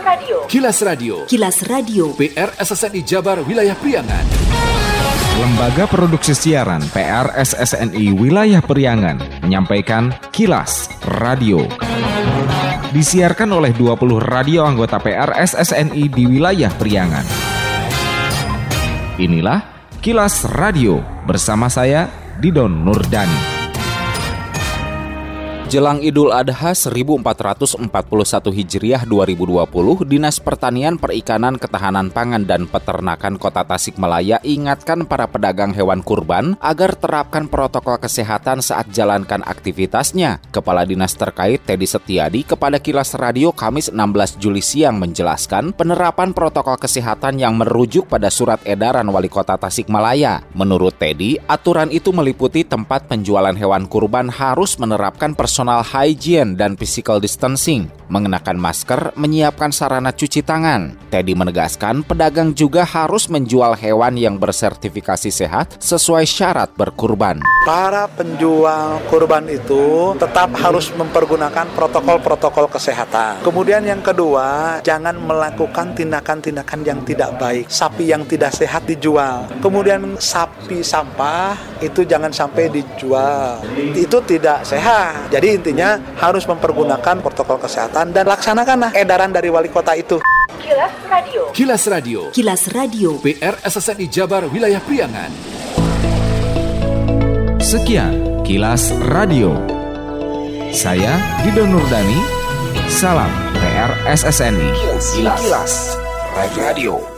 Radio. Kilas Radio. Kilas Radio. PR SSNI Jabar Wilayah Priangan. Lembaga Produksi Siaran PR SSNI Wilayah Priangan menyampaikan Kilas Radio. Disiarkan oleh 20 radio anggota PR SSNI di wilayah Priangan. Inilah Kilas Radio bersama saya Didon Nurdani. Jelang Idul Adha 1441 Hijriah 2020, Dinas Pertanian, Perikanan, Ketahanan Pangan, dan Peternakan Kota Tasikmalaya ingatkan para pedagang hewan kurban agar terapkan protokol kesehatan saat jalankan aktivitasnya. Kepala Dinas terkait Teddy Setiadi kepada Kilas Radio Kamis 16 Juli siang menjelaskan penerapan protokol kesehatan yang merujuk pada surat edaran Wali Kota Tasikmalaya. Menurut Teddy, aturan itu meliputi tempat penjualan hewan kurban harus menerapkan personal hygiene dan physical distancing, mengenakan masker, menyiapkan sarana cuci tangan. Teddy menegaskan pedagang juga harus menjual hewan yang bersertifikasi sehat sesuai syarat berkurban. Para penjual kurban itu tetap harus mempergunakan protokol-protokol kesehatan. Kemudian yang kedua, jangan melakukan tindakan-tindakan yang tidak baik. Sapi yang tidak sehat dijual. Kemudian sapi sampah itu jangan sampai dijual. Itu tidak sehat. Jadi intinya harus mempergunakan protokol kesehatan dan laksanakanlah edaran dari wali kota itu. Kilas Radio. Kilas Radio. Kilas Radio. PR SSNI Jabar Wilayah Priangan. Sekian Kilas Radio. Saya Didon Nurdani. Salam PR SSNI. Kilas Radio.